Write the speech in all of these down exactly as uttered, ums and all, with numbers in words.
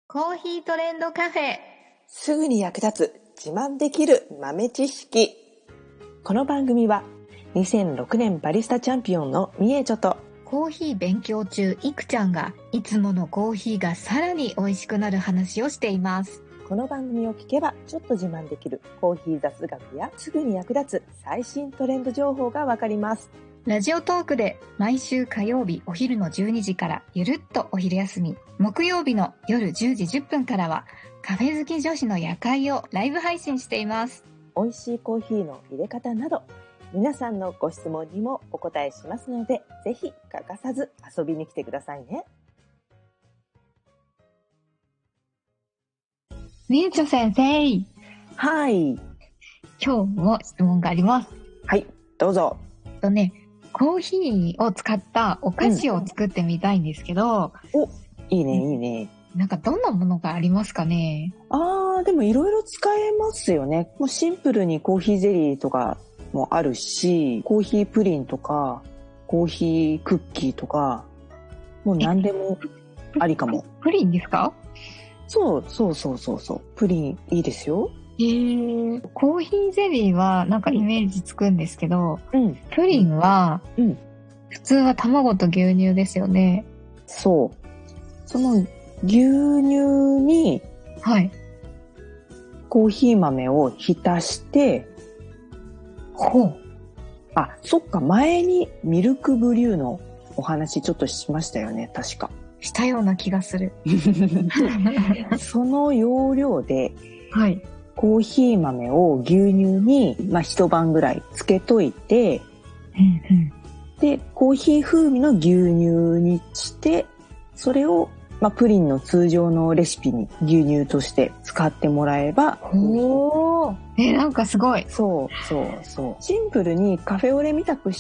コーヒートレンドカフェ。 すぐに役立つ自慢できる豆知識。この番組はにせんろくねんバリスタチャンピオンのみえちょとコーヒー勉強中いくちゃんがいつものコーヒーがさらに美味しくなる話をしています。 この番組を聞けばちょっと自慢できるコーヒー雑学やすぐに役立つ最新トレンド情報がわかります。 ラジオトークで毎週火曜日お昼のじゅうにじからゆるっとお昼休み、木曜日の夜じゅうじじゅっぷんからはカフェ好き女子の夜会をライブ配信しています。 美味しいコーヒーの入れ方など皆さんのご質問にもお答えしますので、ぜひ欠かさず遊びに来てくださいね。 みえちょ先生、 はい。 今日も質問があります。 はい、どうぞ。 とね、コーヒーを使ったお菓子を作ってみたいんですけど、 うん、お、いいねいいね。 なんかどんなものがありますかね。 あー、でもいろいろ使えますよね。もうシンプルにコーヒーゼリーとかもあるし、コーヒープリンとかコーヒークッキーとか、もう何でもありかも。 プリンですか？ そうそうそうそうそう。プリンいいですよ。 へー。コーヒーゼリーはなんかイメージつくんですけど、 うん、 プリンは、うん、普通は卵と牛乳ですよね。 そう。その牛乳に、 はい。 コーヒー豆を浸して、 ほう。 あ、そっか、前にミルクブリューのお話ちょっとしましたよね、確か。 したような気がする。 その要領で、 はい。 コーヒー豆を牛乳に、まあ、一晩ぐらいつけといて、 うんうん、 で、コーヒー風味の牛乳にして、それを、まあ、プリンの通常のレシピに牛乳として使ってもらえば。 おー。え、なんかすごい。 そうそうそう。シンプルにカフェオレみたくして、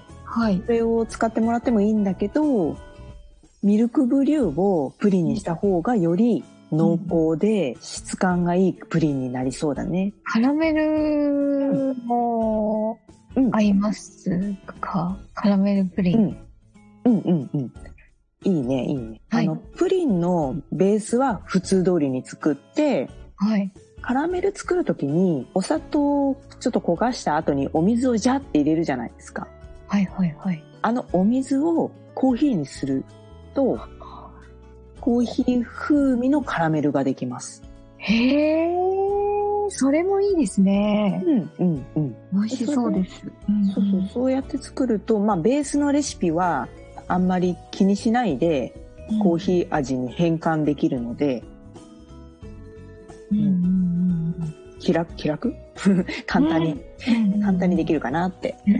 はい。 それを使ってもらってもいいんだけど、ミルクブリューをプリンにした方がより濃厚で質感がいいプリンになりそうだね。 カラメルも合いますか？うん、カラメルプリン。 うん、うんうんうん。いいねいいね。はい、あのプリンのベースは普通通りに作って、はい、カラメル作るときにお砂糖をちょっと焦がした後にお水をジャって入れるじゃないですか。 はいはいはい。 あのお水をコーヒーにするとコーヒー風味のカラメルができます。 へー、それもいいですね。 うんうんうん。 美味しそうです。 うん、そうそうそうやって作ると、まあベースのレシピはあんまり気にしないでコーヒー味に変換できるので、うんうん、気楽気楽簡単に、うん、簡単にできるかなって。うん、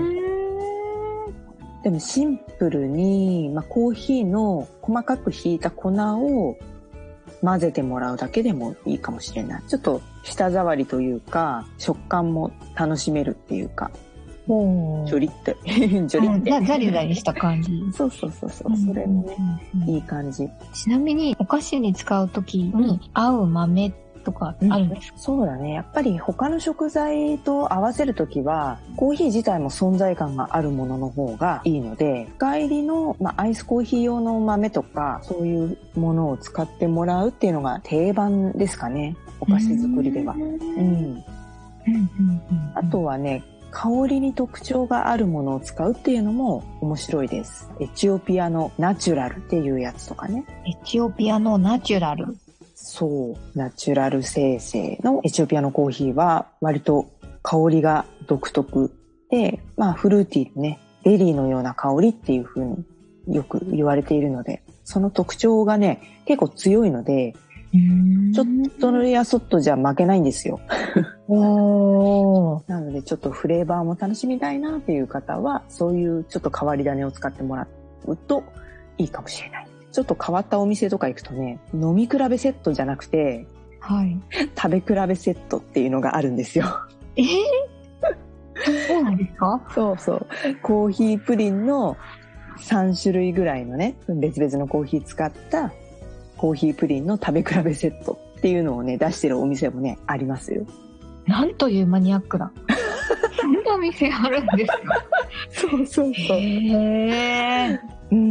でもシンプルに、まあ、コーヒーの細かくひいた粉を混ぜてもらうだけでもいいかもしれない。ちょっと舌触りというか食感も楽しめるっていうか。ジョリって、ジョリって。 ザリザリした感じ。 そうそうそうそう、それもね、うんうん、いい感じ。 ちなみに、お菓子に使うときに合う豆とかあるんですか？ うん、そうだね。やっぱり他の食材と合わせるときは、コーヒー自体も存在感があるものの方がいいので、深入りの、まあ、アイスコーヒー用の豆とか、そういうものを使ってもらうっていうのが定番ですかね。お菓子作りでは。うん。うん。あとはね、香りに特徴があるものを使うっていうのも面白いです。エチオピアのナチュラルっていうやつとかね。 エチオピアのナチュラル。 そう、ナチュラル生成のエチオピアのコーヒーは割と香りが独特で、まあフルーティーでね、ベリーのような香りっていう風によく言われているので、その特徴がね、結構強いので、ちょっとやそっとじゃ負けないんですよ。おなのでちょっとフレーバーも楽しみたいなっていう方は、そういうちょっと変わり種を使ってもらうといいかもしれない。ちょっと変わったお店とか行くとね、飲み比べセットじゃなくて、はい、食べ比べセットっていうのがあるんですよ。 えー、そうなんですか？ そうそう。コーヒープリンのさん種類ぐらいのね、別々のコーヒー使ったコーヒープリンの食べ比べセットっていうのをね、出してるお店もね、ありますよ。 なんというマニアックな。そんな店あるんですか？ そうそうそう。 へー。 うん。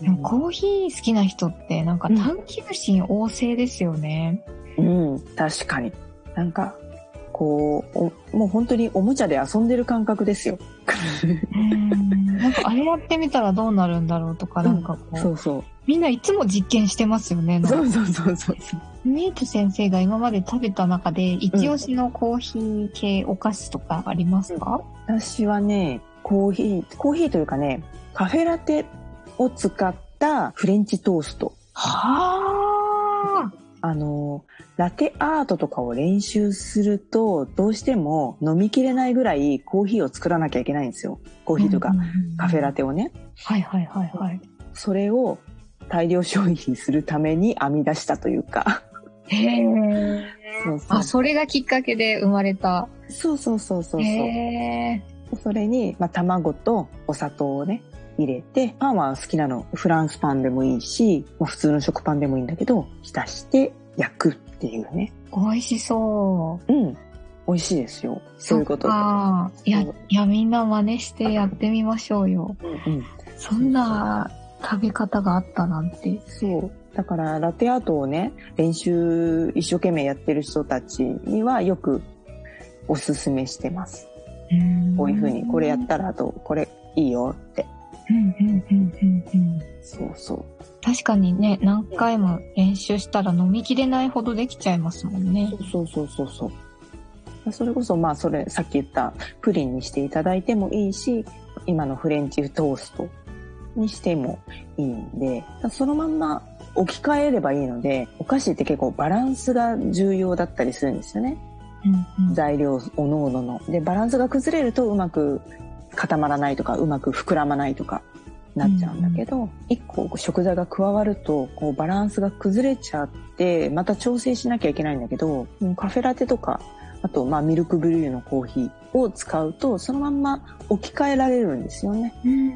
でもコーヒー好きな人ってなんか探求心旺盛ですよね。 うん、うん、確かに。なんか、こう、もう本当におもちゃで遊んでる感覚ですよ。 うんなんかあれやってみたらどうなるんだろうとか、なんかこう、うん、 そうそう。 みんないつも実験してますよね。 そうそうそうそう。 ミート先生が今まで食べた中で一押しのコーヒー系お菓子とかありますか？ うん、私はね、コーヒー、コーヒーというかね、カフェラテを使ったフレンチトースト。 はあ。 あの、ラテアートとかを練習すると、どうしても飲みきれないぐらいコーヒーを作らなきゃいけないんですよ。コーヒーというか、カフェラテをね。 はいはいはいはい。 それを大量消費するために編み出したというか。 へー。そうそう。あ、それがきっかけで生まれた。 そうそうそうそうそう。 へー。 それに、まあ、卵とお砂糖をね、入れて、パンは好きなの、フランスパンでもいいし、まあ、普通の食パンでもいいんだけど、浸して焼くっていうね。 美味しそう。 うん。美味しいですよ。そういうことで。 いや、いや、みんな真似してやってみましょうよ。うんうん。そんな食べ方があったなんて。そう。 だから、ラテアートをね、練習一生懸命やってる人たちにはよくおすすめしてます。うんこういう風に、これやったら、あと、これいいよって。うんうんうんうんうん。そうそう。 確かにね、何回も練習したら飲みきれないほどできちゃいますもんね。 そうそうそうそう。それこそ、まあ、それ、さっき言ったプリンにしていただいてもいいし、今のフレンチトーストにしてもいいんで、そのまんま置き換えればいいので、お菓子って結構バランスが重要だったりするんですよね。うんうん、材料、おのおのの。で、バランスが崩れるとうまく固まらないとか、うまく膨らまないとかなっちゃうんだけど、一、うんうん、個食材が加わると、こうバランスが崩れちゃって、また調整しなきゃいけないんだけど、カフェラテとか、あと、まあ、ミルクブリューのコーヒーを使うと、そのまんま置き換えられるんですよね。うんうんうん、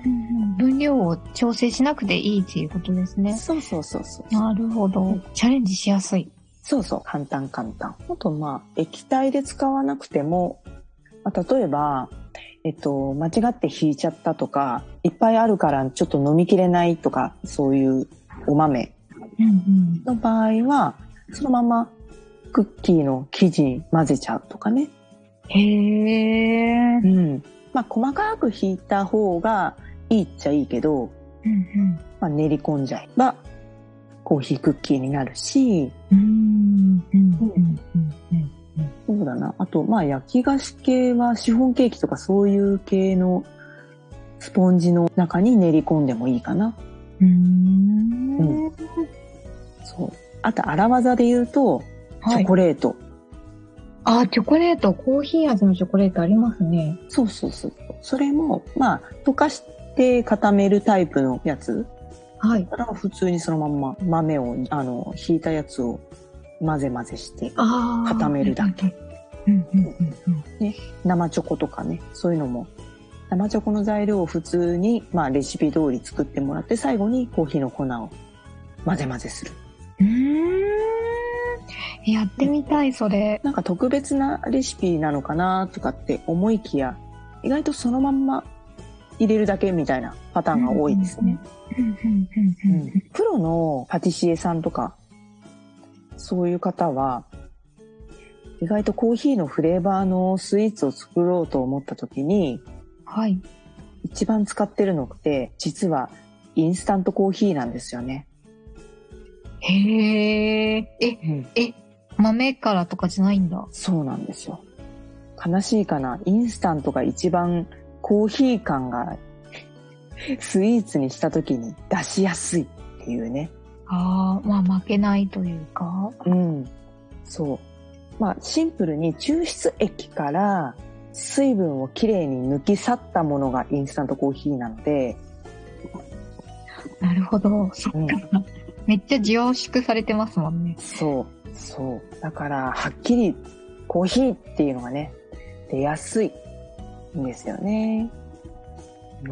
分量を調整しなくていいっていうことですね。 そうそうそうそう。 なるほど、うん。チャレンジしやすい。 そうそう。簡単簡単。あと、まあ、液体で使わなくても、まあ、例えば、えっと、間違って引いちゃったとか、いっぱいあるからちょっと飲みきれないとか、そういうお豆の場合は、そのままクッキーの生地に混ぜちゃうとかね。 へー。 うん。まあ、細かく引いた方がいいっちゃいいけど、うんうんまあ、練り込んじゃえばコーヒークッキーになるし、うんうんうんうんそうだな。あと、まあ、焼き菓子系はシフォンケーキとかそういう系のスポンジの中に練り込んでもいいかな。うーん。うん。そう。あと、荒技で言うと、チョコレート。 はい、あ、チョコレート。コーヒー味のチョコレートありますね。 そうそうそう。それも、まあ、溶かして固めるタイプのやつ。はい。だから普通にそのまんま豆を、あの、ひいたやつを混ぜ混ぜして固めるだけ。で、生チョコとかね、そういうのも、生チョコの材料を普通に、まあレシピ通り作ってもらって、最後にコーヒーの粉を混ぜ混ぜする。うーん。やってみたい、それ。 なんか特別なレシピなのかなとかって思いきや、意外とそのまんま入れるだけみたいなパターンが多いですね。プロのパティシエさんとか、そういう方は、意外とコーヒーのフレーバーのスイーツを作ろうと思った時に、はい。一番使ってるのって、実はインスタントコーヒーなんですよね。 へー。え、うん、え、豆からとかじゃないんだ。 そうなんですよ。悲しいかな。インスタントが一番コーヒー感がスイーツにした時に出しやすいっていうね。 ああ、まあ負けないというか。 うん。そう。まあシンプルに抽出液から水分をきれいに抜き去ったものがインスタントコーヒーなので。 なるほど。そっか、うん。めっちゃ凝縮されてますもんね。 そう。そう。だからはっきりコーヒーっていうのがね、出やすいんですよね。うん、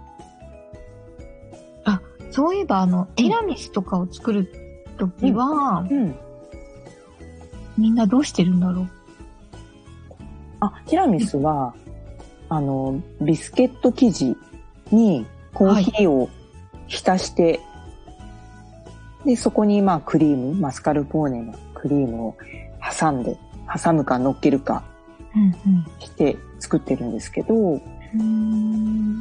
あ、そういえばあの、ティラミスとかを作るときは、うんうん、みんなどうしてるんだろう。 あ、ティラミスは、あの、ビスケット生地にコーヒーを浸して、で、そこにまあクリーム、マスカルポーネのクリームを挟んで、挟むか乗っけるかして作ってるんですけど、うんうん、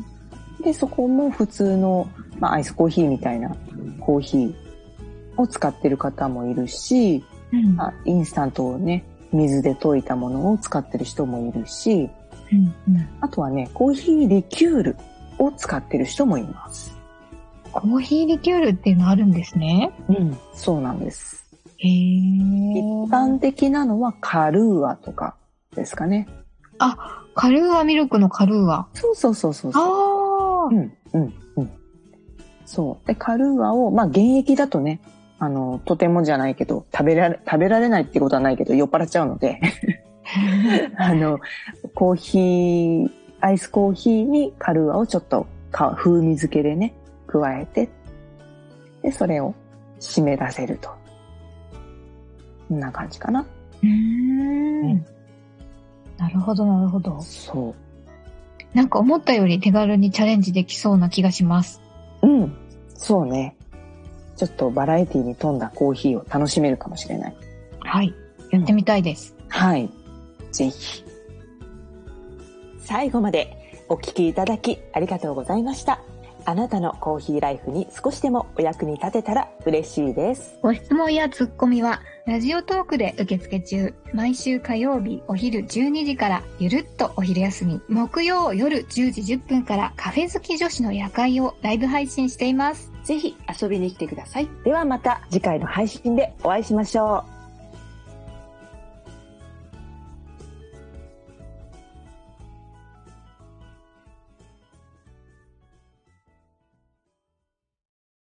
で、そこも普通の、まあ、アイスコーヒーみたいなコーヒーを使ってる方もいるし、うんまあ、インスタントをね、水で溶いたものを使ってる人もいるし、うんうん、あとはね、コーヒーリキュールを使ってる人もいます。 コーヒーリキュールっていうのあるんですね。 うん、そうなんです。 へー。 一般的なのはカルーアとかですかね。 あ、カルーアミルクのカルーア。 そうそうそうそう。 ああ。 うん、うん、うん。そう。で、カルーアを、まあ、現役だとね、あの、とてもじゃないけど、食べられ、食べられないってことはないけど、酔っ払っちゃうので、あの、コーヒー、アイスコーヒーにカルーアをちょっとか風味付けでね、加えて、で、それを締め出せると。こんな感じかな。 うーん。うん、なるほど、なるほど。 そう。 なんか思ったより手軽にチャレンジできそうな気がします。 うん。そうね。ちょっとバラエティに富んだコーヒーを楽しめるかもしれない。 はい。やってみたいです。 うん、はい。ぜひ。 最後までお聞きいただきありがとうございました。あなたのコーヒーライフに少しでもお役に立てたら嬉しいです。 ご質問やツッコミはラジオトークで受付中。毎週火曜日お昼じゅうにじからゆるっとお昼休み。木曜夜じゅうじじゅっぷんからカフェ好き女子の夜会をライブ配信しています。 ぜひ遊びに来てください。ではまた次回の配信でお会いしましょう。